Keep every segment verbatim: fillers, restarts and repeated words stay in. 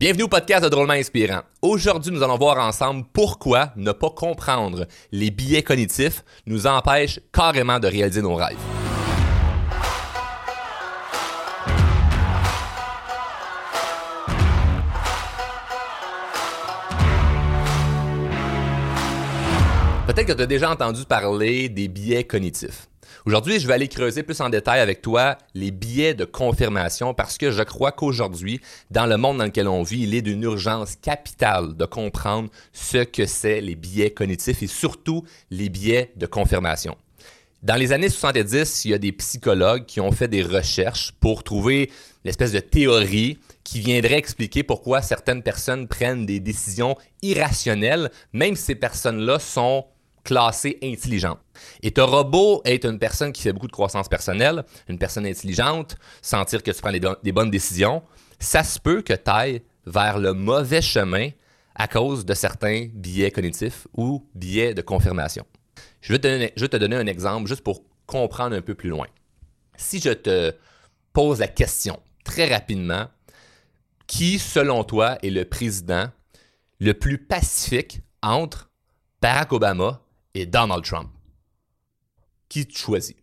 Bienvenue au podcast de Drôlement Inspirant. Aujourd'hui, nous allons voir ensemble pourquoi ne pas comprendre les biais cognitifs nous empêche carrément de réaliser nos rêves. Peut-être que tu as déjà entendu parler des biais cognitifs. Aujourd'hui, je vais aller creuser plus en détail avec toi les biais de confirmation parce que je crois qu'aujourd'hui, dans le monde dans lequel on vit, il est d'une urgence capitale de comprendre ce que c'est les biais cognitifs et surtout les biais de confirmation. Dans les années soixante-dix, il y a des psychologues qui ont fait des recherches pour trouver l'espèce de théorie qui viendrait expliquer pourquoi certaines personnes prennent des décisions irrationnelles, même si ces personnes-là sont classées intelligentes. Et tu auras beau être une personne qui fait beaucoup de croissance personnelle, une personne intelligente, sentir que tu prends les do- des bonnes décisions, ça se peut que tu ailles vers le mauvais chemin à cause de certains biais cognitifs ou biais de confirmation. Je vais te donner, je vais te donner un exemple juste pour comprendre un peu plus loin. Si je te pose la question très rapidement, qui, selon toi, est le président le plus pacifique entre Barack Obama et Donald Trump? Qui tu choisis?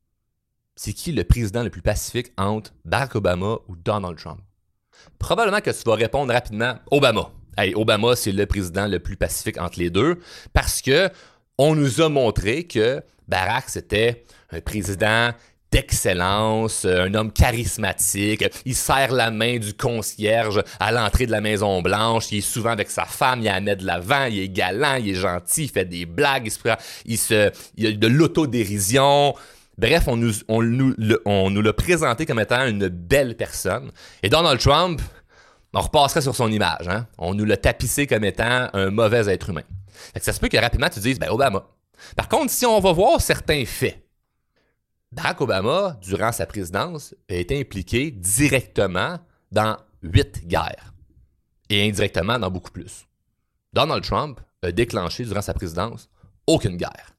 C'est qui le président le plus pacifique entre Barack Obama ou Donald Trump? Probablement que tu vas répondre rapidement Obama. Hey, Obama, c'est le président le plus pacifique entre les deux parce que on nous a montré que Barack, c'était un président d'excellence, un homme charismatique. Il serre la main du concierge à l'entrée de la Maison-Blanche. Il est souvent avec sa femme, il la met de l'avant, il est galant, il est gentil, il fait des blagues, il, se prend, il, se, il a de l'autodérision. Bref, on nous, on, nous, le, on nous l'a présenté comme étant une belle personne. Et Donald Trump, on repasserait sur son image. Hein? On nous l'a tapissé comme étant un mauvais être humain. Fait que ça se peut que rapidement tu dises, ben Obama. Par contre, si on va voir certains faits, Barack Obama, durant sa présidence, a été impliqué directement dans huit guerres et indirectement dans beaucoup plus. Donald Trump a déclenché durant sa présidence aucune guerre.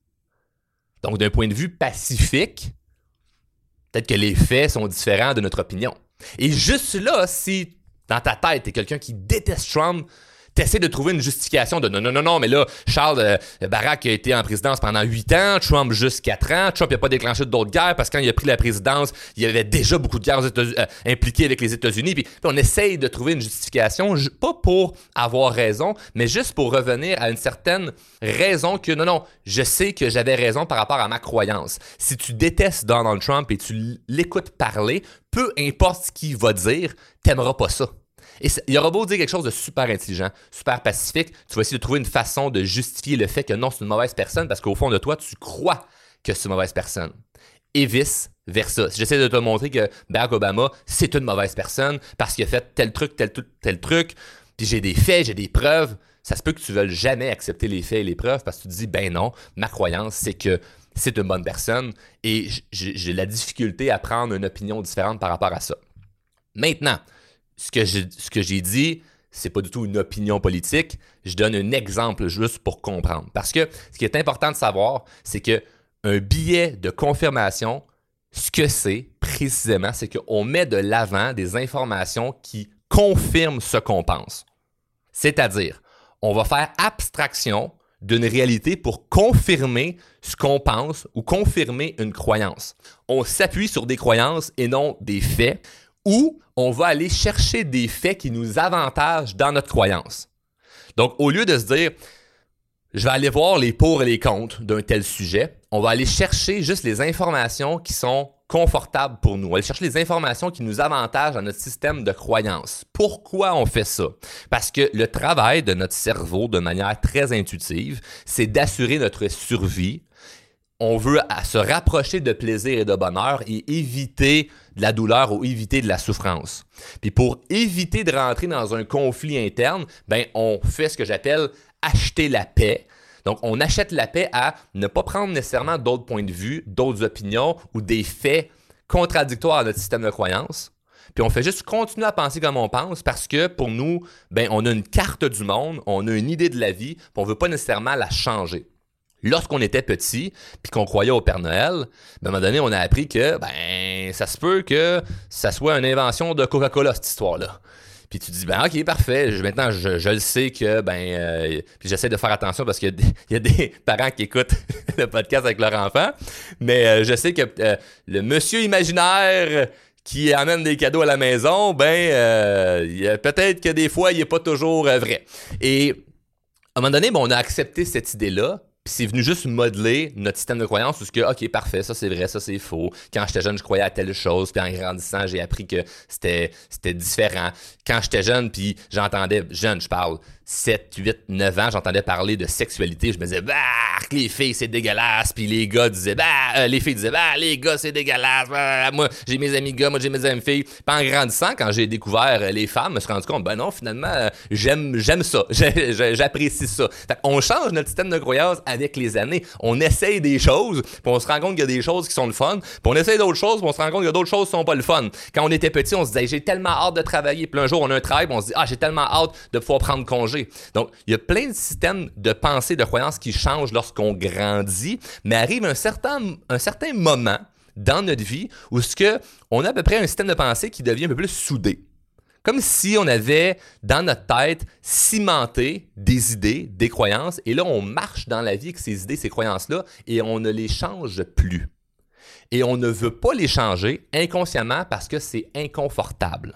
Donc, d'un point de vue pacifique, peut-être que les faits sont différents de notre opinion. Et juste là, si dans ta tête, tu es quelqu'un qui déteste Trump, tu essaies de trouver une justification de non, non, non, non, mais là, Charles euh, Barack a été en présidence pendant huit ans, Trump juste quatre ans, Trump n'a pas déclenché d'autres guerres parce que quand il a pris la présidence, il y avait déjà beaucoup de guerres aux États- euh, impliquées avec les États-Unis. Puis, puis on essaye de trouver une justification, pas pour avoir raison, mais juste pour revenir à une certaine raison que non, non, je sais que j'avais raison par rapport à ma croyance. Si tu détestes Donald Trump et tu l'écoutes parler, peu importe ce qu'il va dire, t'aimeras pas ça. Et il aura beau dire quelque chose de super intelligent, super pacifique, tu vas essayer de trouver une façon de justifier le fait que non, c'est une mauvaise personne parce qu'au fond de toi, tu crois que c'est une mauvaise personne. Et vice-versa. Si j'essaie de te montrer que Barack Obama, c'est une mauvaise personne parce qu'il a fait tel truc, tel truc, tel truc, puis j'ai des faits, j'ai des preuves, ça se peut que tu ne veuilles jamais accepter les faits et les preuves parce que tu te dis, ben non, ma croyance, c'est que c'est une bonne personne et j'ai, j'ai la difficulté à prendre une opinion différente par rapport à ça. Maintenant, Ce que, j'ai, ce que j'ai dit, c'est pas du tout une opinion politique. Je donne un exemple juste pour comprendre. Parce que ce qui est important de savoir, c'est qu'un biais de confirmation, ce que c'est précisément, c'est qu'on met de l'avant des informations qui confirment ce qu'on pense. C'est-à-dire, on va faire abstraction d'une réalité pour confirmer ce qu'on pense ou confirmer une croyance. On s'appuie sur des croyances et non des faits, ou on va aller chercher des faits qui nous avantagent dans notre croyance. Donc, au lieu de se dire, je vais aller voir les pour et les contre d'un tel sujet, on va aller chercher juste les informations qui sont confortables pour nous. On va aller chercher les informations qui nous avantagent dans notre système de croyance. Pourquoi on fait ça? Parce que le travail de notre cerveau, de manière très intuitive, c'est d'assurer notre survie. On veut se rapprocher de plaisir et de bonheur et éviter de la douleur ou éviter de la souffrance. Puis pour éviter de rentrer dans un conflit interne, ben on fait ce que j'appelle acheter la paix. Donc, on achète la paix à ne pas prendre nécessairement d'autres points de vue, d'autres opinions ou des faits contradictoires à notre système de croyance. Puis on fait juste continuer à penser comme on pense parce que pour nous, ben on a une carte du monde, on a une idée de la vie, puis on ne veut pas nécessairement la changer. Lorsqu'on était petit, puis qu'on croyait au Père Noël, ben, à un moment donné, on a appris que ben ça se peut que ça soit une invention de Coca-Cola, cette histoire-là. Puis tu dis, ben ok, parfait, je, maintenant je, je le sais que, ben, euh, puis j'essaie de faire attention parce qu'il y a des, il y a des parents qui écoutent le podcast avec leur enfant, mais euh, je sais que euh, le monsieur imaginaire qui amène des cadeaux à la maison, ben, euh, il y a, peut-être que des fois, il n'est pas toujours euh, vrai. Et à un moment donné, ben, on a accepté cette idée-là, puis c'est venu juste modeler notre système de croyance où ce que, ok, parfait, ça c'est vrai, ça c'est faux. Quand j'étais jeune, je croyais à telle chose, puis en grandissant, j'ai appris que c'était, c'était différent. Quand j'étais jeune, puis j'entendais, jeune, je parle, sept, huit, neuf ans, j'entendais parler de sexualité, je me disais, bah, les filles, c'est dégueulasse, puis les gars disaient, bah, euh, les filles disaient, bah, les gars, c'est dégueulasse, bah, moi, j'ai mes amis gars, moi, j'ai mes amis filles. Puis en grandissant, quand j'ai découvert euh, les femmes, je me suis rendu compte, ben non, finalement, euh, j'aime, j'aime ça, j'apprécie ça. Fait qu'on change notre système de croyance avec les années. On essaye des choses, puis on se rend compte qu'il y a des choses qui sont le fun, puis on essaye d'autres choses, puis on se rend compte qu'il y a d'autres choses qui sont pas le fun. Quand on était petit, on se disait, j'ai tellement hâte de travailler, puis un jour, on a un travail, puis on se dit, ah, j'ai tellement hâte de pouvoir prendre congé. Donc, il y a plein de systèmes de pensée, de croyances qui changent lorsqu'on grandit, mais arrive un certain, un certain moment dans notre vie où ce que on a à peu près un système de pensée qui devient un peu plus soudé. Comme si on avait dans notre tête cimenté des idées, des croyances, et là, on marche dans la vie avec ces idées, ces croyances-là, et on ne les change plus. Et on ne veut pas les changer inconsciemment parce que c'est inconfortable.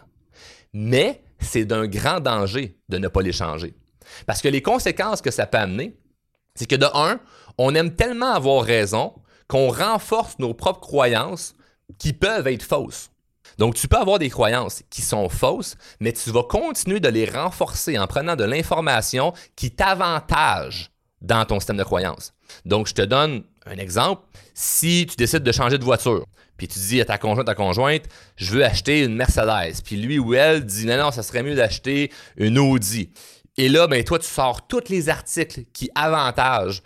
Mais c'est d'un grand danger de ne pas les changer. Parce que les conséquences que ça peut amener, c'est que de un, on aime tellement avoir raison qu'on renforce nos propres croyances qui peuvent être fausses. Donc, tu peux avoir des croyances qui sont fausses, mais tu vas continuer de les renforcer en prenant de l'information qui t'avantage dans ton système de croyances. Donc, je te donne un exemple. Si tu décides de changer de voiture, puis tu dis à ta conjointe, ta conjointe, je veux acheter une Mercedes, puis lui ou elle dit non, non, ça serait mieux d'acheter une Audi. Et là, ben toi, tu sors tous les articles qui avantagent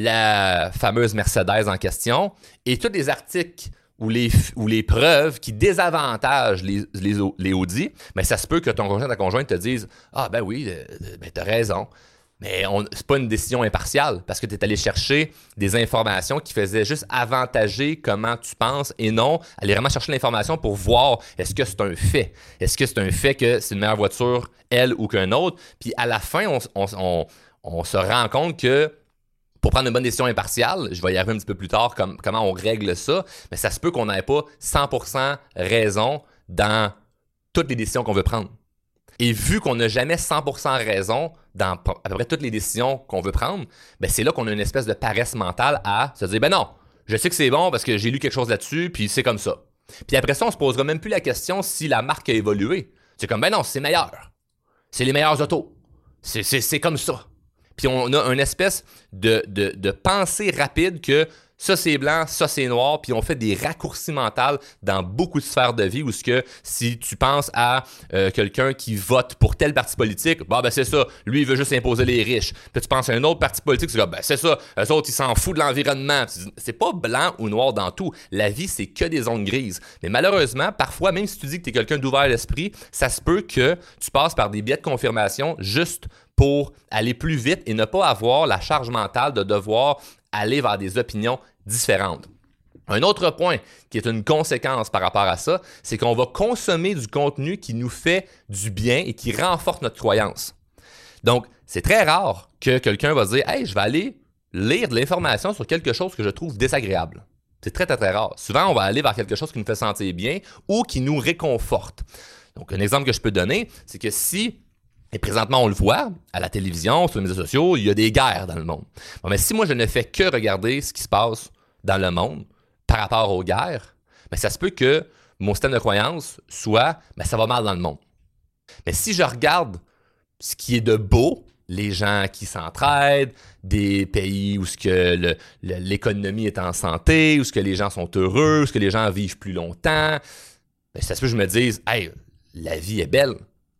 la fameuse Mercedes en question et tous les articles ou les, ou les preuves qui désavantagent les, les, les Audi, mais ça se peut que ton conjoint, ta conjointe te dise « Ah ben oui, euh, ben t'as raison ». Mais on, c'est pas une décision impartiale parce que tu es allé chercher des informations qui faisaient juste avantager comment tu penses et non aller vraiment chercher l'information pour voir est-ce que c'est un fait. Est-ce que c'est un fait que c'est une meilleure voiture, elle ou qu'un autre? Puis à la fin, on, on, on, on se rend compte que pour prendre une bonne décision impartiale, je vais y arriver un petit peu plus tard comme, comment on règle ça, mais ça se peut qu'on n'ait pas cent pour cent raison dans toutes les décisions qu'on veut prendre. Et vu qu'on n'a jamais cent pour cent raison dans à peu près toutes les décisions qu'on veut prendre, ben c'est là qu'on a une espèce de paresse mentale à se dire « Ben non, je sais que c'est bon parce que j'ai lu quelque chose là-dessus, puis c'est comme ça. » Puis après ça, on se posera même plus la question si la marque a évolué. C'est comme « Ben non, c'est meilleur. C'est les meilleures autos. C'est, c'est, c'est comme ça. » Puis on a une espèce de, de, de pensée rapide que ça c'est blanc, ça c'est noir, puis on fait des raccourcis mentaux dans beaucoup de sphères de vie où ce que si tu penses à euh, quelqu'un qui vote pour tel parti politique, bah ben c'est ça, lui il veut juste imposer les riches. Puis tu penses à un autre parti politique, c'est comme ben c'est ça, eux autres ils s'en foutent de l'environnement. C'est pas blanc ou noir dans tout. La vie c'est que des zones grises. Mais malheureusement, parfois même si tu dis que tu es quelqu'un d'ouvert d'esprit, ça se peut que tu passes par des biais de confirmation juste pour aller plus vite et ne pas avoir la charge mentale de devoir aller vers des opinions différentes. Un autre point qui est une conséquence par rapport à ça, c'est qu'on va consommer du contenu qui nous fait du bien et qui renforce notre croyance. Donc, c'est très rare que quelqu'un va dire « Hey, je vais aller lire de l'information sur quelque chose que je trouve désagréable. » C'est très, très, très rare. Souvent, on va aller vers quelque chose qui nous fait sentir bien ou qui nous réconforte. Donc, un exemple que je peux donner, c'est que si et présentement, on le voit à la télévision, sur les médias sociaux, il y a des guerres dans le monde. Bon, mais si moi, je ne fais que regarder ce qui se passe dans le monde par rapport aux guerres, bien, ça se peut que mon système de croyance soit bien, « ça va mal dans le monde ». Mais si je regarde ce qui est de beau, les gens qui s'entraident, des pays où ce que le, le, l'économie est en santé, où ce que les gens sont heureux, où ce que les gens vivent plus longtemps, bien, ça se peut que je me dise « Hey, la vie est belle ».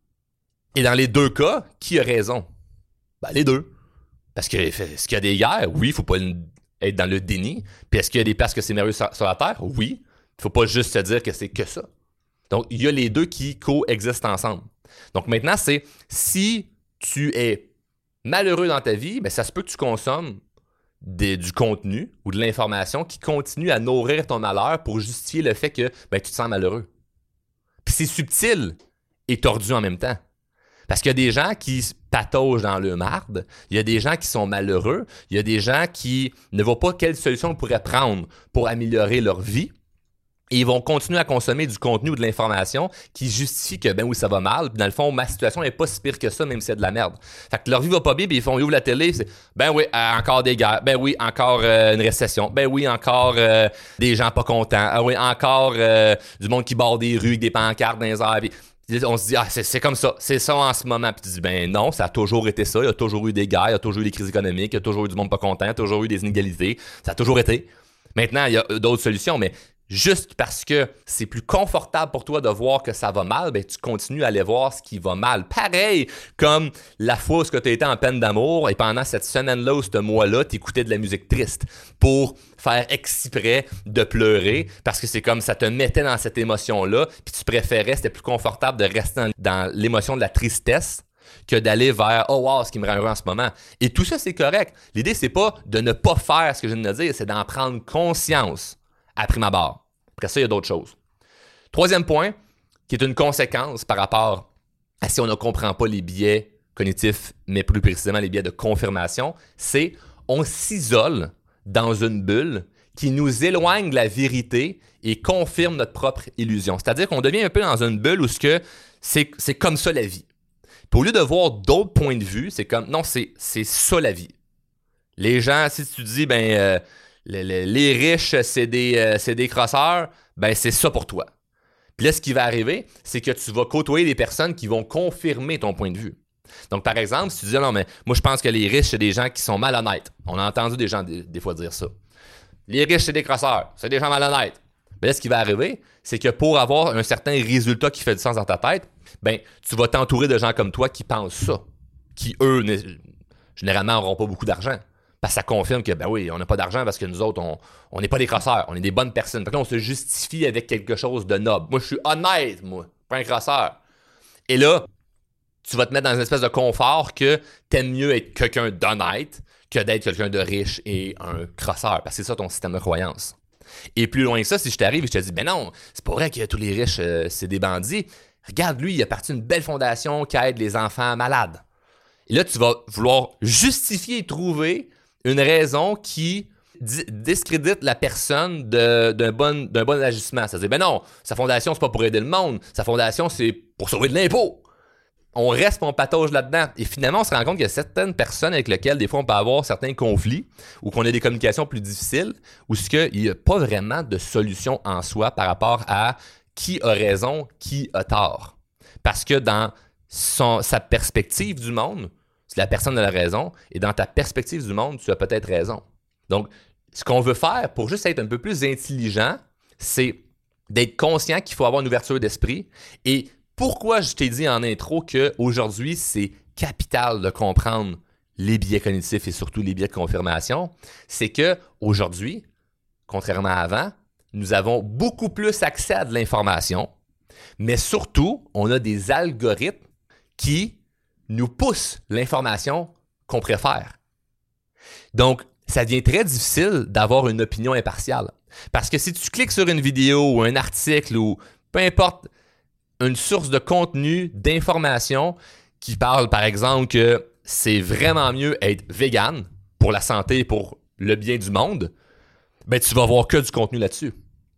Et dans les deux cas, qui a raison? Ben, les deux. Parce que est-ce qu'il y a des guerres? Oui, il ne faut pas être dans le déni. Puis est-ce qu'il y a des places que c'est merveilleux sur, sur la Terre? Oui. Il ne faut pas juste se dire que c'est que ça. Donc, il y a les deux qui coexistent ensemble. Donc maintenant, c'est si tu es malheureux dans ta vie, ben, ça se peut que tu consommes des, du contenu ou de l'information qui continue à nourrir ton malheur pour justifier le fait que ben, tu te sens malheureux. Puis c'est subtil et tordu en même temps. Parce qu'il y a des gens qui se pataugent dans le marde, il y a des gens qui sont malheureux, il y a des gens qui ne voient pas quelle solution ils pourraient prendre pour améliorer leur vie. Et ils vont continuer à consommer du contenu ou de l'information qui justifie que, ben oui, ça va mal. Puis dans le fond, ma situation n'est pas si pire que ça, même si c'est de la merde. Fait que leur vie va pas bien, puis ils font, ils ouvrent la télé, c'est, ben oui, euh, encore des guerres. Ben oui, encore euh, une récession. Ben oui, encore euh, des gens pas contents. Ah oui, encore euh, du monde qui borde des rues avec des pancartes dans les airs. Puis on se dit, ah, c'est, c'est comme ça, c'est ça en ce moment. Puis tu dis, ben non, ça a toujours été ça. Il y a toujours eu des guerres, il y a toujours eu des crises économiques, il y a toujours eu du monde pas content, il y a toujours eu des inégalités. Ça a toujours été. Maintenant, il y a d'autres solutions, mais juste parce que c'est plus confortable pour toi de voir que ça va mal, ben tu continues à aller voir ce qui va mal. Pareil comme la fois où tu as été en peine d'amour et pendant cette semaine-là ou ce mois-là, tu écoutais de la musique triste pour faire exprès de pleurer parce que c'est comme ça te mettait dans cette émotion-là puis tu préférais, c'était plus confortable de rester dans, dans l'émotion de la tristesse que d'aller vers « Oh wow, ce qui me rend heureux en ce moment ». Et tout ça, c'est correct. L'idée, c'est pas de ne pas faire ce que je viens de dire, c'est d'en prendre conscience à prime abord. Après ça, il y a d'autres choses. Troisième point, qui est une conséquence par rapport à si on ne comprend pas les biais cognitifs, mais plus précisément les biais de confirmation, c'est on s'isole dans une bulle qui nous éloigne de la vérité et confirme notre propre illusion. C'est-à-dire qu'on devient un peu dans une bulle où ce que c'est, c'est comme ça la vie. Puis au lieu de voir d'autres points de vue, c'est comme, non, c'est, c'est ça la vie. Les gens, si tu dis, ben... Euh, Les, les, les riches, c'est des, euh, c'est des crosseurs, ben c'est ça pour toi. Puis là, ce qui va arriver, c'est que tu vas côtoyer des personnes qui vont confirmer ton point de vue. Donc, par exemple, si tu dis, non, mais moi, je pense que les riches, c'est des gens qui sont malhonnêtes. On a entendu des gens des, des fois dire ça. Les riches, c'est des crosseurs, c'est des gens malhonnêtes. Ben là, ce qui va arriver, c'est que pour avoir un certain résultat qui fait du sens dans ta tête, ben tu vas t'entourer de gens comme toi qui pensent ça, qui, eux, généralement, n'auront pas beaucoup d'argent. Parce que ça confirme que, ben oui, on n'a pas d'argent parce que nous autres, on n'est pas des crosseurs, on est des bonnes personnes. Fait que là, on se justifie avec quelque chose de noble. Moi, je suis honnête, moi, pas un crosseur. Et là, tu vas te mettre dans une espèce de confort que t'aimes mieux être quelqu'un d'honnête que d'être quelqu'un de riche et un crosseur. Parce que c'est ça ton système de croyance. Et plus loin que ça, si je t'arrive et je te dis, ben non, c'est pas vrai que tous les riches, euh, c'est des bandits. Regarde, lui, il a parti d'une belle fondation qui aide les enfants malades. Et là, tu vas vouloir justifier et trouver une raison qui di- discrédite la personne de, d'un, bon, d'un bon agissement. Ça veut dire, ben non, sa fondation, c'est pas pour aider le monde. Sa fondation, c'est pour sauver de l'impôt. On reste, on patauge là-dedans. Et finalement, on se rend compte qu'il y a certaines personnes avec lesquelles, des fois, on peut avoir certains conflits ou qu'on a des communications plus difficiles ou ce qu'il n'y a pas vraiment de solution en soi par rapport à qui a raison, qui a tort. Parce que dans son, sa perspective du monde, c'est la personne a la raison, et dans ta perspective du monde, tu as peut-être raison. Donc, ce qu'on veut faire pour juste être un peu plus intelligent, c'est d'être conscient qu'il faut avoir une ouverture d'esprit. Et pourquoi je t'ai dit en intro qu'aujourd'hui, c'est capital de comprendre les biais cognitifs et surtout les biais de confirmation, c'est qu'aujourd'hui, contrairement à avant, nous avons beaucoup plus accès à de l'information, mais surtout, on a des algorithmes qui nous pousse l'information qu'on préfère. Donc, ça devient très difficile d'avoir une opinion impartiale. Parce que si tu cliques sur une vidéo ou un article ou peu importe, une source de contenu, d'information qui parle, par exemple, que c'est vraiment mieux être vegan pour la santé et pour le bien du monde, ben tu vas voir que du contenu là-dessus.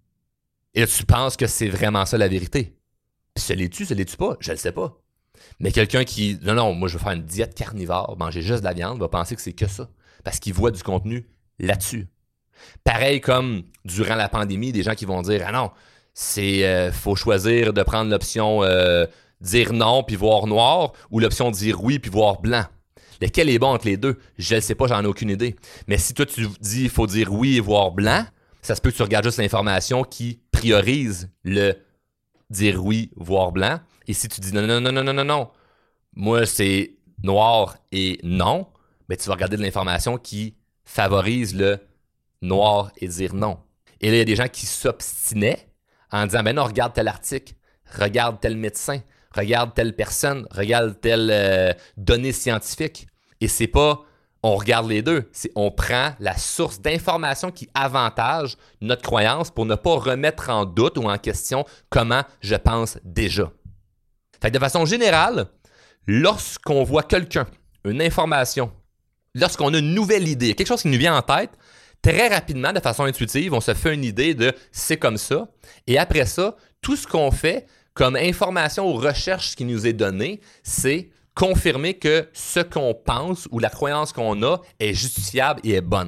Et là, tu penses que c'est vraiment ça la vérité. Puis, se l'est-tu, se l'est-tu pas? Je ne le sais pas. Mais quelqu'un qui, non, non, moi je veux faire une diète carnivore, manger juste de la viande, va penser que c'est que ça. Parce qu'il voit du contenu là-dessus. Pareil comme durant la pandémie, des gens qui vont dire, ah non, c'est, euh, faut choisir de prendre l'option euh, dire non puis voir noir ou l'option dire oui puis voir blanc. Lequel est bon entre les deux? Je ne sais pas, j'en ai aucune idée. Mais si toi tu dis il faut dire oui et voir blanc, ça se peut que tu regardes juste l'information qui priorise le dire oui, voir blanc. Et si tu dis non, non, non, non, non, non, non, moi c'est noir et non, ben tu vas regarder de l'information qui favorise le noir et dire non. Et là, il y a des gens qui s'obstinaient en disant, ben non, regarde tel article, regarde tel médecin, regarde telle personne, regarde telle euh, donnée scientifique. Et c'est pas, on regarde les deux, c'est on prend la source d'information qui avantage notre croyance pour ne pas remettre en doute ou en question comment je pense déjà. Fait que de façon générale, lorsqu'on voit quelqu'un, une information, lorsqu'on a une nouvelle idée, quelque chose qui nous vient en tête, très rapidement, de façon intuitive, on se fait une idée de c'est comme ça. Et après ça, tout ce qu'on fait comme information ou recherche qui nous est donnée, c'est confirmer que ce qu'on pense ou la croyance qu'on a est justifiable et est bonne.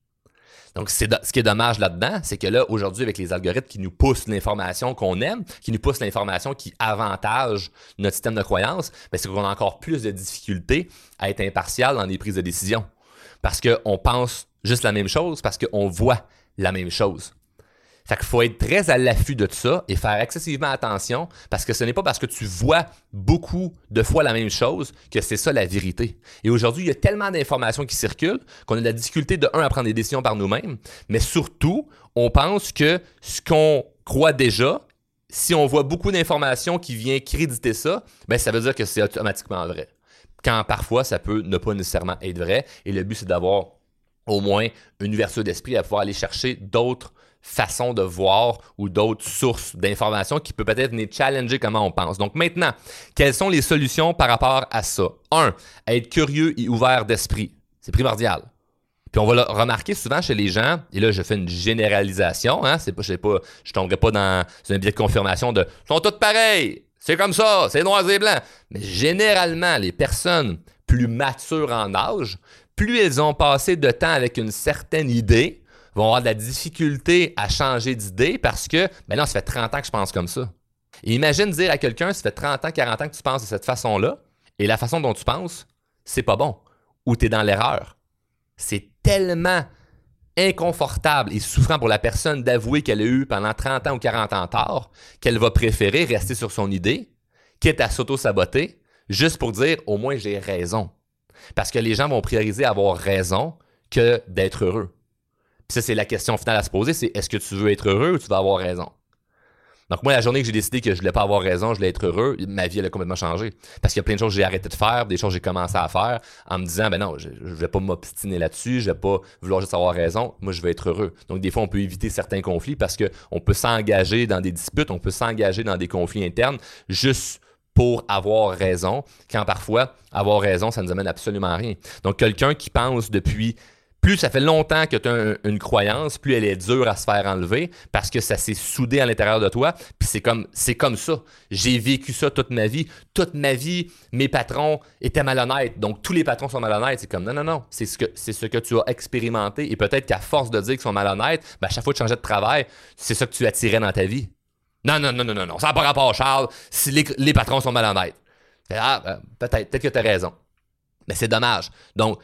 Donc, c'est do- ce qui est dommage là-dedans, c'est que là, aujourd'hui, avec les algorithmes qui nous poussent l'information qu'on aime, qui nous poussent l'information qui avantage notre système de croyance, ben, c'est qu'on a encore plus de difficultés à être impartial dans les prises de décision. Parce qu'on pense juste la même chose, parce qu'on voit la même chose. Fait qu'il faut être très à l'affût de ça et faire excessivement attention parce que ce n'est pas parce que tu vois beaucoup de fois la même chose que c'est ça la vérité. Et aujourd'hui, il y a tellement d'informations qui circulent qu'on a de la difficulté de un à prendre des décisions par nous-mêmes, mais surtout, on pense que ce qu'on croit déjà, si on voit beaucoup d'informations qui viennent créditer ça, ben ça veut dire que c'est automatiquement vrai. Quand parfois, ça peut ne pas nécessairement être vrai et le but, c'est d'avoir au moins une ouverture d'esprit à pouvoir aller chercher d'autres façons de voir ou d'autres sources d'informations qui peuvent peut-être venir challenger comment on pense. Donc maintenant, quelles sont les solutions par rapport à ça? Un, être curieux et ouvert d'esprit. C'est primordial. Puis on va le remarquer souvent chez les gens, et là je fais une généralisation, hein, c'est pas, je sais pas, je tomberai pas dans un biais de confirmation de « sont toutes pareilles, c'est comme ça, c'est noir et blanc ». Mais généralement, les personnes plus matures en âge, plus elles ont passé de temps avec une certaine idée, vont avoir de la difficulté à changer d'idée parce que, ben non, ça fait trente ans que je pense comme ça. Et imagine dire à quelqu'un, ça fait trente ans, quarante ans que tu penses de cette façon-là, et la façon dont tu penses, c'est pas bon, ou tu es dans l'erreur. C'est tellement inconfortable et souffrant pour la personne d'avouer qu'elle a eu pendant trente ans ou quarante ans tard, qu'elle va préférer rester sur son idée, quitte à s'auto-saboter, juste pour dire « au moins j'ai raison ». Parce que les gens vont prioriser avoir raison que d'être heureux. Puis ça, c'est la question finale à se poser, c'est est-ce que tu veux être heureux ou tu veux avoir raison? Donc moi, la journée que j'ai décidé que je voulais pas avoir raison, je voulais être heureux, ma vie elle a complètement changé. Parce qu'il y a plein de choses que j'ai arrêté de faire, des choses que j'ai commencé à faire en me disant, ben non, je, je vais pas m'obstiner là-dessus, je vais pas vouloir juste avoir raison, moi je veux être heureux. Donc des fois, on peut éviter certains conflits parce qu'on peut s'engager dans des disputes, on peut s'engager dans des conflits internes juste pour avoir raison, quand parfois, avoir raison, ça ne nous amène absolument à rien. Donc quelqu'un qui pense depuis... Plus ça fait longtemps que tu as un, une croyance, plus elle est dure à se faire enlever parce que ça s'est soudé à l'intérieur de toi. Puis c'est comme, c'est comme ça. J'ai vécu ça toute ma vie. Toute ma vie, mes patrons étaient malhonnêtes. Donc tous les patrons sont malhonnêtes. C'est comme non, non, non. C'est ce que, c'est ce que tu as expérimenté. Et peut-être qu'à force de dire qu'ils sont malhonnêtes, ben à chaque fois que tu changeais de travail, c'est ça que tu attirais dans ta vie. Non, non, non, non, non, non. Ça n'a pas rapport, Charles, si les, les patrons sont malhonnêtes. Ah, ben, peut-être, peut-être que tu as raison. Mais c'est dommage. Donc,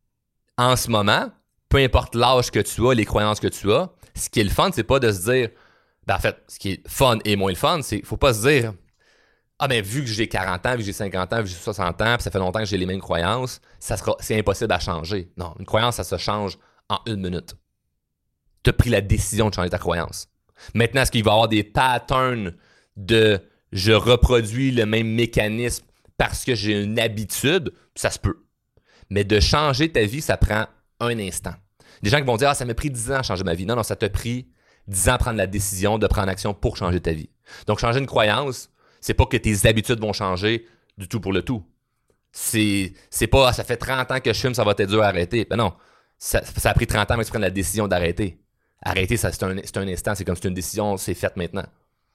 en ce moment, peu importe l'âge que tu as, les croyances que tu as, ce qui est le fun, c'est pas de se dire, ben en fait, ce qui est fun et moins le fun, c'est faut pas se dire, ah ben vu que j'ai quarante ans, vu que j'ai cinquante ans, vu que j'ai soixante ans, puis ça fait longtemps que j'ai les mêmes croyances, ça sera, c'est impossible à changer. Non, une croyance, ça se change en une minute. Tu as pris la décision de changer ta croyance. Maintenant, est-ce qu'il va y avoir des patterns de je reproduis le même mécanisme parce que j'ai une habitude? Ça se peut. Mais de changer ta vie, ça prend un instant. Des gens qui vont dire « Ah, ça m'a pris dix ans à changer ma vie. » Non, non, ça t'a pris dix ans à prendre la décision de prendre action pour changer ta vie. Donc, changer une croyance, c'est pas que tes habitudes vont changer du tout pour le tout. C'est, c'est pas ah, « ça fait trente ans que je fume, ça va être dur à arrêter. » Ben non, ça, ça a pris trente ans avant que tu prennes la décision d'arrêter. Arrêter, ça, c'est un, c'est un instant, c'est comme si c'est une décision, c'est fait maintenant.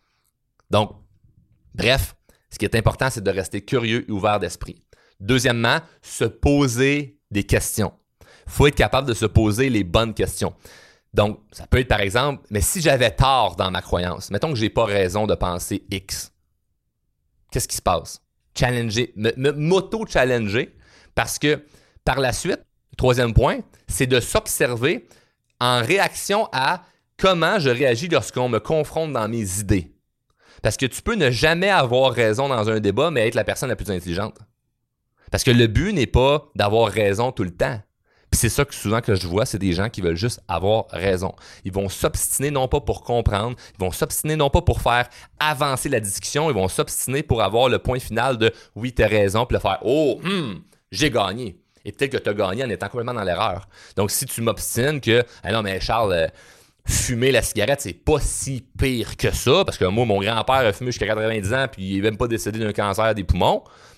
Donc, bref, ce qui est important, c'est de rester curieux et ouvert d'esprit. Deuxièmement, se poser des questions. Il faut être capable de se poser les bonnes questions. Donc, ça peut être par exemple, mais si j'avais tort dans ma croyance, mettons que je n'ai pas raison de penser X, qu'est-ce qui se passe? Challenger, me, me, m'auto-challenger, parce que par la suite, le troisième point, c'est de s'observer en réaction à comment je réagis lorsqu'on me confronte dans mes idées. Parce que tu peux ne jamais avoir raison dans un débat, mais être la personne la plus intelligente. Parce que le but n'est pas d'avoir raison tout le temps. Puis c'est ça que souvent que je vois, c'est des gens qui veulent juste avoir raison. Ils vont s'obstiner non pas pour comprendre, ils vont s'obstiner non pas pour faire avancer la discussion, ils vont s'obstiner pour avoir le point final de « oui, t'as raison », puis le faire « oh, hmm, j'ai gagné ». Et peut-être que tu as gagné en étant complètement dans l'erreur. Donc si tu m'obstines que ah « non, mais Charles, euh, fumer la cigarette, c'est pas si pire que ça, parce que moi, mon grand-père a fumé jusqu'à quatre-vingt-dix ans, puis il n'est même pas décédé d'un cancer des poumons »,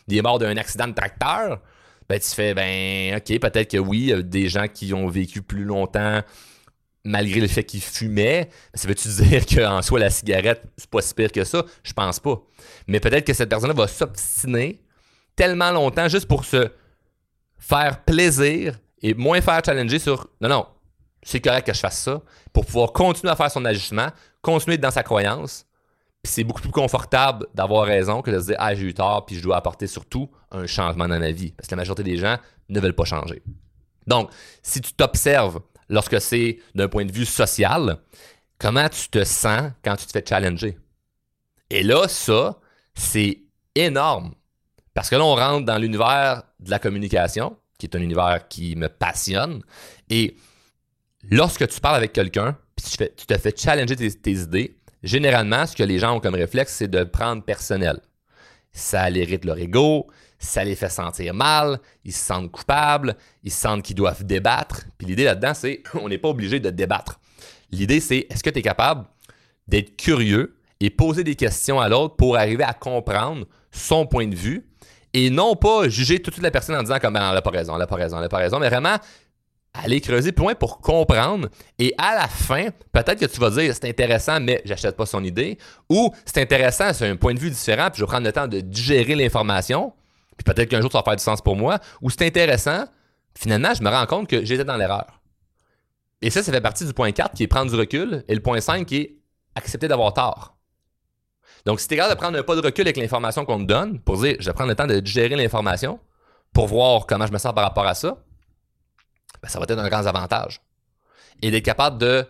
il est mort d'un accident de tracteur, ben tu fais, ben ok, peut-être que oui, il y a des gens qui ont vécu plus longtemps malgré le fait qu'ils fumaient. Ça veut-tu dire qu'en soi, la cigarette, c'est pas si pire que ça? Je pense pas. Mais peut-être que cette personne-là va s'obstiner tellement longtemps juste pour se faire plaisir et moins faire challenger sur « Non, non, c'est correct que je fasse ça », pour pouvoir continuer à faire son ajustement, continuer dans sa croyance. Puis c'est beaucoup plus confortable d'avoir raison que de se dire « Ah, j'ai eu tort, puis je dois apporter surtout un changement dans ma vie. » Parce que la majorité des gens ne veulent pas changer. Donc, si tu t'observes lorsque c'est d'un point de vue social, comment tu te sens quand tu te fais challenger? Et là, ça, c'est énorme. Parce que là, on rentre dans l'univers de la communication, qui est un univers qui me passionne. Et lorsque tu parles avec quelqu'un, puis tu, fais, tu te fais challenger tes, tes idées, généralement, ce que les gens ont comme réflexe, c'est de prendre personnel. Ça l'irrite leur ego, ça les fait sentir mal, ils se sentent coupables, ils se sentent qu'ils doivent débattre. Puis l'idée là-dedans, c'est on n'est pas obligé de débattre. L'idée, c'est est-ce que tu es capable d'être curieux et poser des questions à l'autre pour arriver à comprendre son point de vue et non pas juger toute la personne en disant comme ben, elle n'a pas raison, elle n'a pas raison, elle n'a pas raison, mais vraiment aller creuser plus loin pour comprendre et à la fin, peut-être que tu vas dire c'est intéressant, mais j'achète pas son idée ou c'est intéressant, c'est un point de vue différent, puis je vais prendre le temps de digérer l'information, puis peut-être qu'un jour ça va faire du sens pour moi, ou c'est intéressant, finalement je me rends compte que j'étais dans l'erreur. Et ça, ça fait partie du point quatre qui est prendre du recul et le point cinq qui est accepter d'avoir tort. Donc, si tu es capable de prendre un pas de recul avec l'information qu'on te donne pour dire je vais prendre le temps de digérer l'information pour voir comment je me sens par rapport à ça, ben, ça va être un grand avantage. Et d'être capable de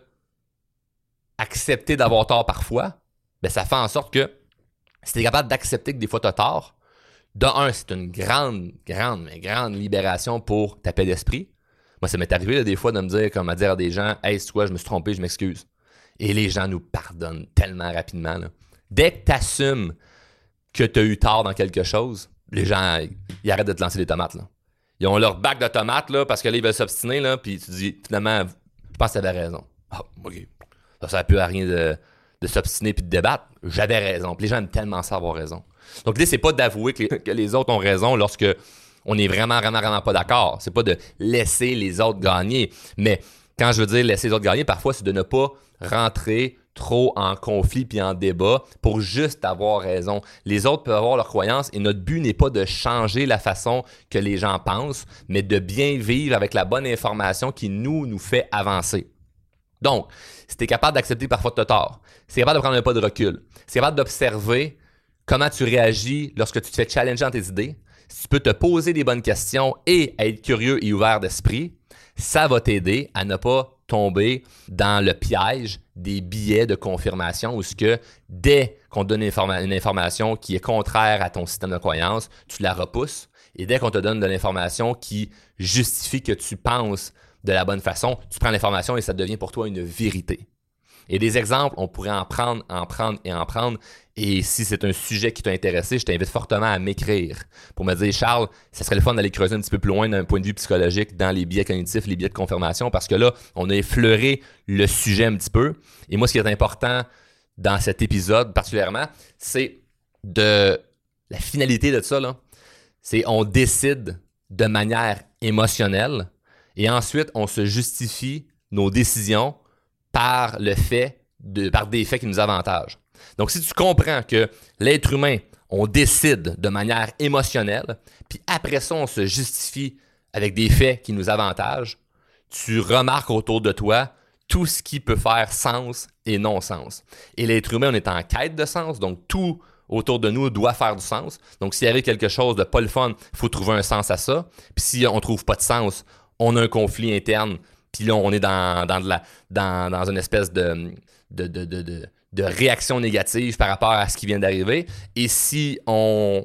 accepter d'avoir tort parfois, ben, ça fait en sorte que si tu es capable d'accepter que des fois tu as tort, de un, c'est une grande, grande, mais grande libération pour ta paix d'esprit. Moi, ça m'est arrivé là, des fois de me dire, comme à dire à des gens « Hey, c'est quoi, je me suis trompé, je m'excuse. » Et les gens nous pardonnent tellement rapidement. Là. Dès que tu assumes que tu as eu tort dans quelque chose, les gens, ils arrêtent de te lancer des tomates. Là. Ils ont leur bac de tomates là, parce que là, ils veulent s'obstiner, là, puis tu dis, finalement, je pense que tu avais raison. Ah, oh, OK. Ça ne sert plus à rien de, de s'obstiner puis de débattre. J'avais raison. Puis les gens aiment tellement ça avoir raison. Donc, l'idée, c'est pas d'avouer que les, que les autres ont raison lorsque on est vraiment, vraiment, vraiment pas d'accord. C'est pas de laisser les autres gagner. Mais quand je veux dire laisser les autres gagner, parfois, c'est de ne pas rentrer trop en conflit puis en débat pour juste avoir raison. Les autres peuvent avoir leurs croyances et notre but n'est pas de changer la façon que les gens pensent, mais de bien vivre avec la bonne information qui nous, nous fait avancer. Donc, si tu es capable d'accepter parfois que tu as tort, si tu es capable de prendre un pas de recul, si tu es capable d'observer comment tu réagis lorsque tu te fais challenger dans tes idées, si tu peux te poser des bonnes questions et être curieux et ouvert d'esprit, ça va t'aider à ne pas tomber dans le piège des biais de confirmation où ce que dès qu'on te donne une, informa- une information qui est contraire à ton système de croyance, tu la repousses. Et dès qu'on te donne de l'information qui justifie que tu penses de la bonne façon, tu prends l'information et ça devient pour toi une vérité. Et des exemples, on pourrait en prendre, en prendre et en prendre. Et si c'est un sujet qui t'a intéressé, je t'invite fortement à m'écrire pour me dire « Charles, ça serait le fun d'aller creuser un petit peu plus loin d'un point de vue psychologique dans les biais cognitifs, les biais de confirmation, parce que là, on a effleuré le sujet un petit peu. Et moi, ce qui est important dans cet épisode particulièrement, c'est de la finalité de ça, là, c'est on décide de manière émotionnelle et ensuite, on se justifie nos décisions par le fait de, par des faits qui nous avantagent. Donc, si tu comprends que l'être humain, on décide de manière émotionnelle, puis après ça, on se justifie avec des faits qui nous avantagent, tu remarques autour de toi tout ce qui peut faire sens et non-sens. Et l'être humain, on est en quête de sens, donc tout autour de nous doit faire du sens. Donc, s'il arrive quelque chose de pas le fun, il faut trouver un sens à ça. Puis si on trouve pas de sens, on a un conflit interne. Puis là, on est dans, dans, de la, dans, dans une espèce de, de, de, de, de, de réaction négative par rapport à ce qui vient d'arriver. Et si on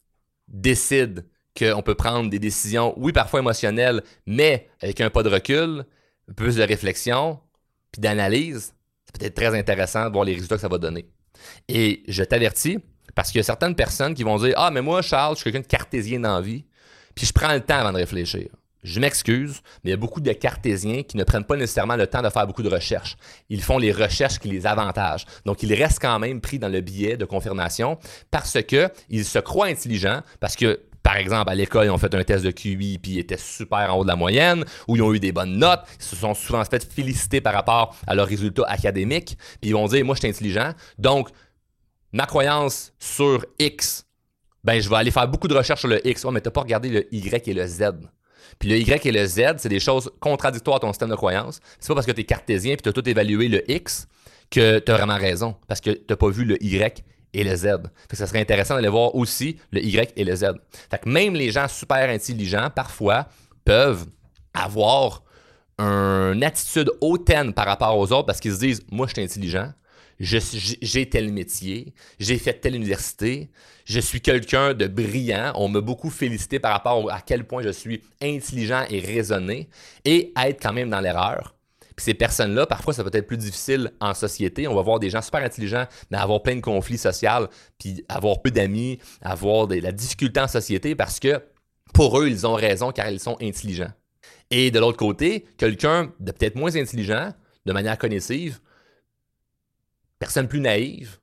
décide qu'on peut prendre des décisions, oui, parfois émotionnelles, mais avec un pas de recul, plus de réflexion, puis d'analyse, c'est peut-être très intéressant de voir les résultats que ça va donner. Et je t'avertis, parce qu'il y a certaines personnes qui vont dire « Ah, mais moi, Charles, je suis quelqu'un de cartésien dans la vie, puis je prends le temps avant de réfléchir. » je m'excuse, mais il y a beaucoup de cartésiens qui ne prennent pas nécessairement le temps de faire beaucoup de recherches. Ils font les recherches qui les avantagent. Donc, ils restent quand même pris dans le biais de confirmation parce qu'ils se croient intelligents, parce que, par exemple, à l'école, ils ont fait un test de Q I puis ils étaient super en haut de la moyenne, ou ils ont eu des bonnes notes, ils se sont souvent fait féliciter par rapport à leurs résultats académiques, puis ils vont dire « moi, je suis intelligent ». Donc, ma croyance sur X, ben je vais aller faire beaucoup de recherches sur le X. Oh, mais tu n'as pas regardé le Y et le Z. Puis le Y et le Z, c'est des choses contradictoires à ton système de croyance. C'est pas parce que tu es cartésien puis tu as tout évalué le X que tu as vraiment raison, parce que tu n'as pas vu le Y et le Z. Fait que ça serait intéressant d'aller voir aussi le Y et le Z. Fait que même les gens super intelligents, parfois, peuvent avoir une attitude hautaine par rapport aux autres parce qu'ils se disent « moi, je suis intelligent ». Je, j'ai tel métier, j'ai fait telle université, je suis quelqu'un de brillant, on m'a beaucoup félicité par rapport à quel point je suis intelligent et raisonné, et être quand même dans l'erreur. Puis ces personnes-là, parfois, ça peut être plus difficile en société. On va voir des gens super intelligents, mais avoir plein de conflits sociaux, puis avoir peu d'amis, avoir de la difficulté en société parce que pour eux, ils ont raison car ils sont intelligents. Et de l'autre côté, quelqu'un de peut-être moins intelligent, de manière cognitive, personne plus naïve,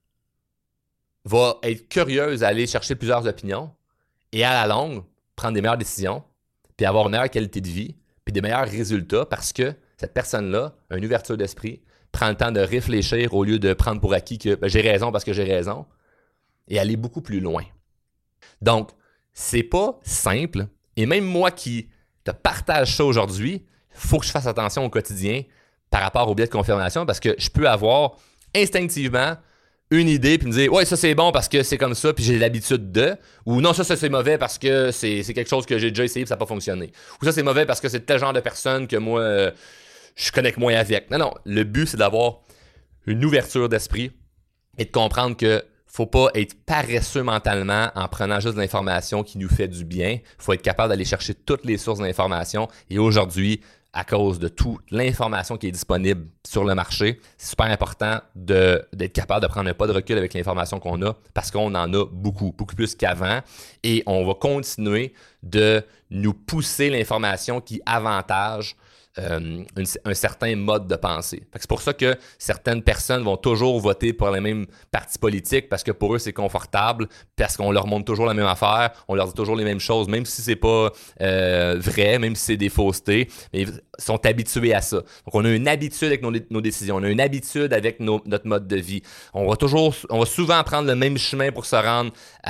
va être curieuse à aller chercher plusieurs opinions et à la longue, prendre des meilleures décisions, puis avoir une meilleure qualité de vie, puis des meilleurs résultats parce que cette personne-là a une ouverture d'esprit, prend le temps de réfléchir au lieu de prendre pour acquis que ben, j'ai raison parce que j'ai raison et aller beaucoup plus loin. Donc, c'est pas simple. Et même moi qui te partage ça aujourd'hui, il faut que je fasse attention au quotidien par rapport au biais de confirmation parce que je peux avoir instinctivement une idée puis me dire « ouais, ça c'est bon parce que c'est comme ça puis j'ai l'habitude de » ou « non, ça, ça c'est mauvais parce que c'est, c'est quelque chose que j'ai déjà essayé et ça n'a pas fonctionné » ou « ça c'est mauvais parce que c'est tel genre de personne que moi, euh, je connecte moins avec ». Non, non, le but c'est d'avoir une ouverture d'esprit et de comprendre que faut pas être paresseux mentalement en prenant juste de l'information qui nous fait du bien. Il faut être capable d'aller chercher toutes les sources d'information et aujourd'hui, à cause de toute l'information qui est disponible sur le marché, c'est super important de, d'être capable de prendre un pas de recul avec l'information qu'on a parce qu'on en a beaucoup, beaucoup plus qu'avant et on va continuer de nous pousser l'information qui avantage euh, un, un certain mode de pensée. Fait que c'est pour ça que certaines personnes vont toujours voter pour les mêmes partis politiques parce que pour eux, c'est confortable, parce qu'on leur montre toujours la même affaire, on leur dit toujours les mêmes choses, même si c'est pas euh, vrai, même si c'est des faussetés, mais ils sont habitués à ça. Donc, on a une habitude avec nos, nos décisions, on a une habitude avec nos, notre mode de vie. On va toujours, on va souvent prendre le même chemin pour se rendre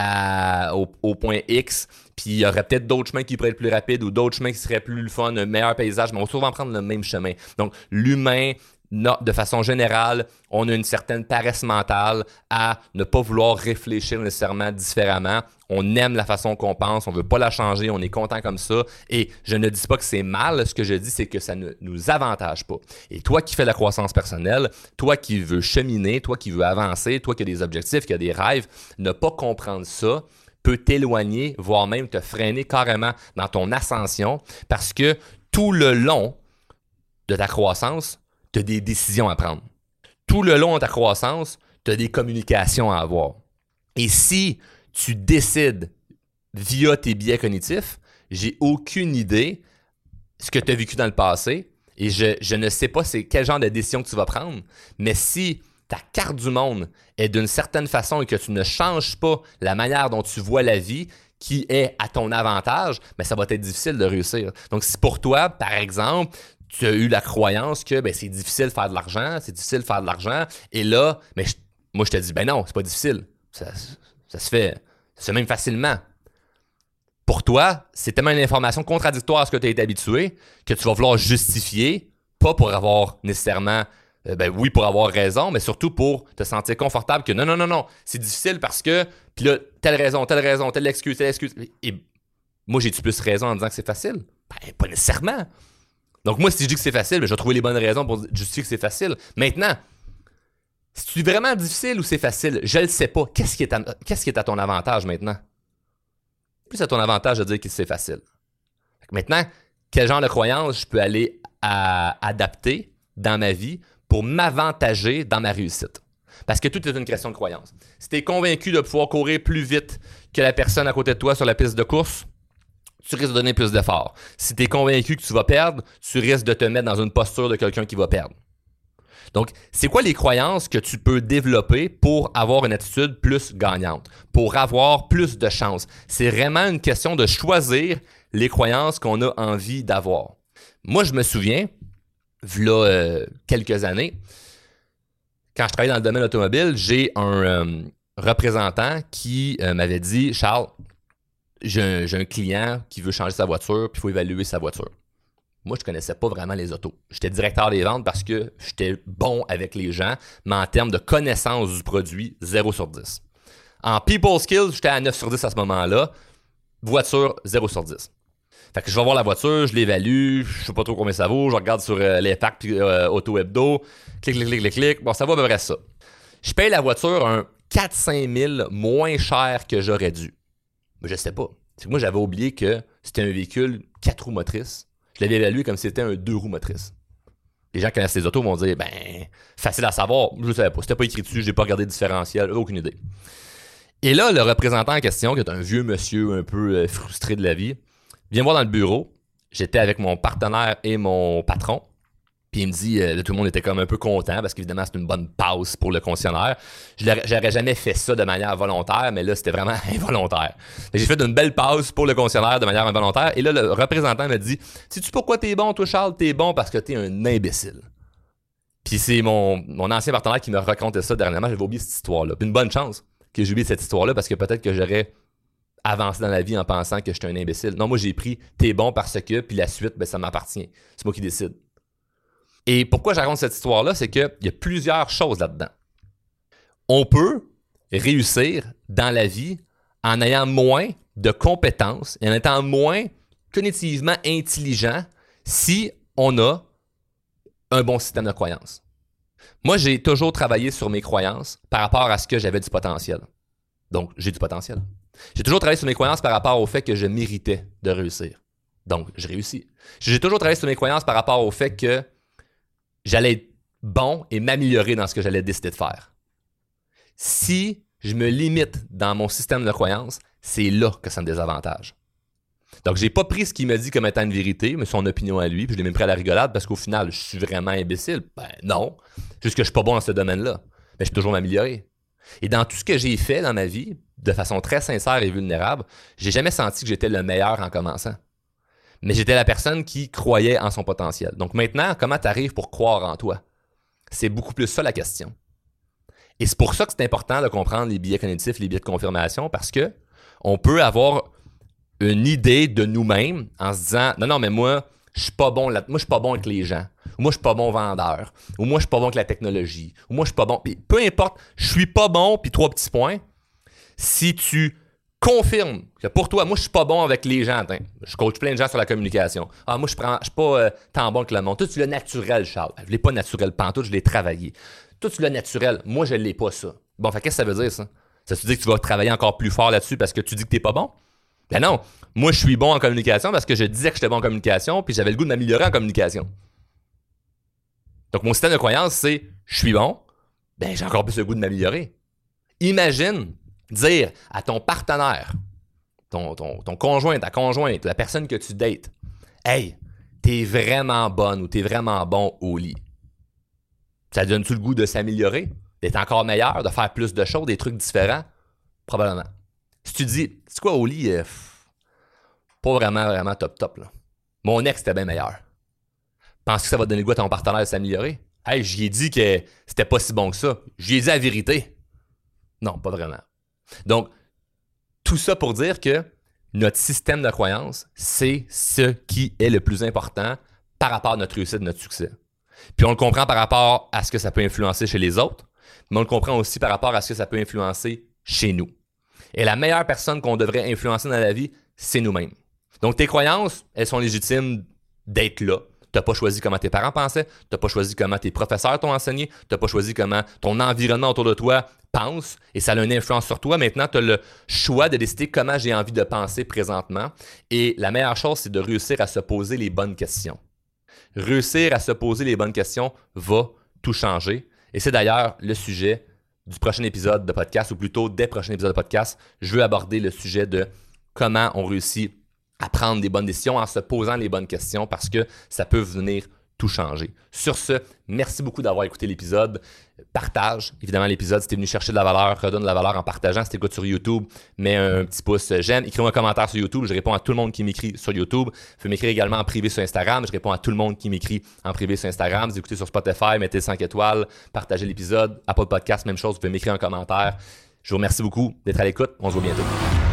à, au, au point X, puis il y aurait peut-être d'autres chemins qui pourraient être plus rapides ou d'autres chemins qui seraient plus le fun, un meilleur paysage, mais on va souvent prendre le même chemin. Donc, l'humain, de façon générale, on a une certaine paresse mentale à ne pas vouloir réfléchir nécessairement différemment. On aime la façon qu'on pense, on ne veut pas la changer, on est content comme ça. Et je ne dis pas que c'est mal, ce que je dis, c'est que ça ne nous avantage pas. Et toi qui fais la croissance personnelle, toi qui veux cheminer, toi qui veux avancer, toi qui as des objectifs, qui as des rêves, ne pas comprendre ça peut t'éloigner, voire même te freiner carrément dans ton ascension parce que tout le long de ta croissance, tu as des décisions à prendre. Tout le long de ta croissance, tu as des communications à avoir. Et si tu décides via tes biais cognitifs, j'ai aucune idée ce que tu as vécu dans le passé et je, je ne sais pas c'est quel genre de décision que tu vas prendre, mais si ta carte du monde est d'une certaine façon et que tu ne changes pas la manière dont tu vois la vie qui est à ton avantage, mais ça va être difficile de réussir. Donc, si pour toi, par exemple, tu as eu la croyance que ben, c'est difficile de faire de l'argent, c'est difficile de faire de l'argent, et là, mais je, moi, je te dis, ben non, c'est pas difficile. Ça, ça se fait, ça se fait même facilement. Pour toi, c'est tellement une information contradictoire à ce que tu as été habitué que tu vas vouloir justifier, pas pour avoir nécessairement Euh, ben oui, pour avoir raison, mais surtout pour te sentir confortable que non, non, non, non, c'est difficile parce que, puis là, telle raison, telle raison, telle excuse, telle excuse. Et moi, j'ai-tu plus raison en disant que c'est facile? Ben, pas nécessairement. Donc moi, si je dis que c'est facile, ben, je vais trouver les bonnes raisons pour justifier que c'est facile. Maintenant, c'est-tu vraiment difficile ou c'est facile? Je le sais pas. Qu'est-ce qui est à, qu'est-ce qui est à ton avantage maintenant? Plus à ton avantage de dire que c'est facile. Maintenant, quel genre de croyance je peux aller à, adapter dans ma vie pour m'avantager dans ma réussite. Parce que tout est une question de croyance. Si tu es convaincu de pouvoir courir plus vite que la personne à côté de toi sur la piste de course, tu risques de donner plus d'efforts. Si tu es convaincu que tu vas perdre, tu risques de te mettre dans une posture de quelqu'un qui va perdre. Donc, c'est quoi les croyances que tu peux développer pour avoir une attitude plus gagnante, pour avoir plus de chances? C'est vraiment une question de choisir les croyances qu'on a envie d'avoir. Moi, je me souviens, v'là euh, quelques années, quand je travaillais dans le domaine automobile, j'ai un euh, représentant qui euh, m'avait dit « Charles, j'ai un, j'ai un client qui veut changer sa voiture, puis il faut évaluer sa voiture. » Moi, je ne connaissais pas vraiment les autos. J'étais directeur des ventes parce que j'étais bon avec les gens, mais en termes de connaissance du produit, zéro sur dix. En people skills, j'étais à neuf sur dix à ce moment-là. Voiture, zéro sur dix. Fait que je vais voir la voiture, je l'évalue, je ne sais pas trop combien ça vaut, je regarde sur euh, les packs puis euh, Auto Hebdo, clic, clic, clic, clic, clic. Bon, ça va à peu près ça. Je paye la voiture un quatre à cinq mille moins cher que j'aurais dû. Mais je sais pas. C'est que moi, j'avais oublié que c'était un véhicule quatre roues motrices. Je l'avais évalué comme si c'était un deux roues motrices. Les gens qui connaissent les autos vont dire, ben, facile à savoir. Je ne savais pas. C'était pas écrit dessus, j'ai pas regardé le différentiel, aucune idée. Et là, le représentant en question, qui est un vieux monsieur un peu euh, frustré de la vie, vient me voir dans le bureau. J'étais avec mon partenaire et mon patron. Puis il me dit, euh, tout le monde était comme un peu content parce qu'évidemment, c'est une bonne passe pour le concessionnaire. Je n'aurais jamais fait ça de manière volontaire, mais là, c'était vraiment involontaire. J'ai fait une belle passe pour le concessionnaire de manière involontaire. Et là, le représentant me dit, sais-tu pourquoi t'es bon, toi, Charles? T'es bon parce que t'es un imbécile. Puis c'est mon, mon ancien partenaire qui me racontait ça dernièrement. J'avais oublié cette histoire-là. Puis une bonne chance que j'ai oublié cette histoire-là parce que peut-être que j'aurais avancé dans la vie en pensant que j'étais un imbécile. Non, moi, j'ai pris t'es bon parce que, puis la suite, ben, ça m'appartient. C'est moi qui décide. Et pourquoi je raconte cette histoire-là, c'est qu'il y a plusieurs choses là-dedans. On peut réussir dans la vie en ayant moins de compétences et en étant moins cognitivement intelligent si on a un bon système de croyances. Moi, j'ai toujours travaillé sur mes croyances par rapport à ce que j'avais du potentiel. Donc, j'ai du potentiel. J'ai toujours travaillé sur mes croyances par rapport au fait que je méritais de réussir. Donc, je réussis. J'ai toujours travaillé sur mes croyances par rapport au fait que j'allais être bon et m'améliorer dans ce que j'allais décider de faire. Si je me limite dans mon système de croyances, c'est là que ça me désavantage. Donc, j'ai pas pris ce qu'il me dit comme étant une vérité, mais son opinion à lui, puis je l'ai même pris à la rigolade parce qu'au final, je suis vraiment imbécile. Ben non, juste que je suis pas bon dans ce domaine-là. Mais je peux toujours m'améliorer. Et dans tout ce que j'ai fait dans ma vie, de façon très sincère et vulnérable, j'ai jamais senti que j'étais le meilleur en commençant. Mais j'étais la personne qui croyait en son potentiel. Donc maintenant, comment tu arrives pour croire en toi? C'est beaucoup plus ça la question. Et c'est pour ça que c'est important de comprendre les biais cognitifs, les biais de confirmation, parce que on peut avoir une idée de nous-mêmes en se disant « Non, non, mais moi, je suis pas bon là, moi, je suis pas bon avec les gens. Ou moi, je suis pas bon vendeur. Ou moi, je suis pas bon avec la technologie. Ou moi, je suis pas bon. » Puis peu importe, je suis pas bon, puis trois petits points. Si tu confirmes que pour toi, moi, je suis pas bon avec les gens. Attends, je coach plein de gens sur la communication. Ah, moi, je prends, je suis pas euh, tant bon que le monde. Toi, tu l'as naturel, Charles. Je l'ai pas naturel pantoute, je l'ai travaillé. Toi, tu l'as naturel. Moi, je l'ai pas, ça. Bon, fait qu'est-ce que ça veut dire, ça? Ça veut dire que tu vas travailler encore plus fort là-dessus parce que tu dis que t'es pas bon? Ben non. Moi, je suis bon en communication parce que je disais que j'étais bon en communication puis j'avais le goût de m'améliorer en communication. Donc, mon système de croyance, c'est je suis bon, ben j'ai encore plus le goût de m'améliorer. Imagine dire à ton partenaire, ton, ton, ton conjoint, ta conjointe, la personne que tu dates, « Hey, t'es vraiment bonne ou t'es vraiment bon au lit. » Ça te donne-tu le goût de s'améliorer, d'être encore meilleur, de faire plus de choses, des trucs différents? Probablement. Si tu dis, c'est quoi au lit, euh, pff, pas vraiment, vraiment top top, là. Mon ex était bien meilleur. Penses-tu que ça va te donner le goût à ton partenaire de s'améliorer? Hey, j'y ai dit que c'était pas si bon que ça. J'y ai dit la vérité. Non, pas vraiment. Donc, tout ça pour dire que notre système de croyance, c'est ce qui est le plus important par rapport à notre réussite, notre succès. Puis on le comprend par rapport à ce que ça peut influencer chez les autres, mais on le comprend aussi par rapport à ce que ça peut influencer chez nous. Et la meilleure personne qu'on devrait influencer dans la vie, c'est nous-mêmes. Donc tes croyances, elles sont légitimes d'être là. Tu n'as pas choisi comment tes parents pensaient, tu n'as pas choisi comment tes professeurs t'ont enseigné, tu n'as pas choisi comment ton environnement autour de toi pense et ça a une influence sur toi. Maintenant, tu as le choix de décider comment j'ai envie de penser présentement. Et la meilleure chose, c'est de réussir à se poser les bonnes questions. Réussir à se poser les bonnes questions va tout changer. Et c'est d'ailleurs le sujet du prochain épisode de podcast, ou plutôt des prochains épisodes de podcast. Je veux aborder le sujet de comment on réussit à prendre des bonnes décisions en se posant les bonnes questions parce que ça peut venir tout changer. Sur ce, merci beaucoup d'avoir écouté l'épisode. Partage, évidemment, l'épisode. Si tu es venu chercher de la valeur, redonne de la valeur en partageant. Si tu écoutes sur YouTube, mets un petit pouce j'aime. Écris-moi un commentaire sur YouTube. Je réponds à tout le monde qui m'écrit sur YouTube. Tu peux m'écrire également en privé sur Instagram. Je réponds à tout le monde qui m'écrit en privé sur Instagram. Si vous écoutez sur Spotify, mettez cinq étoiles, partagez l'épisode. Apple Podcast, même chose. Vous pouvez m'écrire un commentaire. Je vous remercie beaucoup d'être à l'écoute. On se voit bientôt.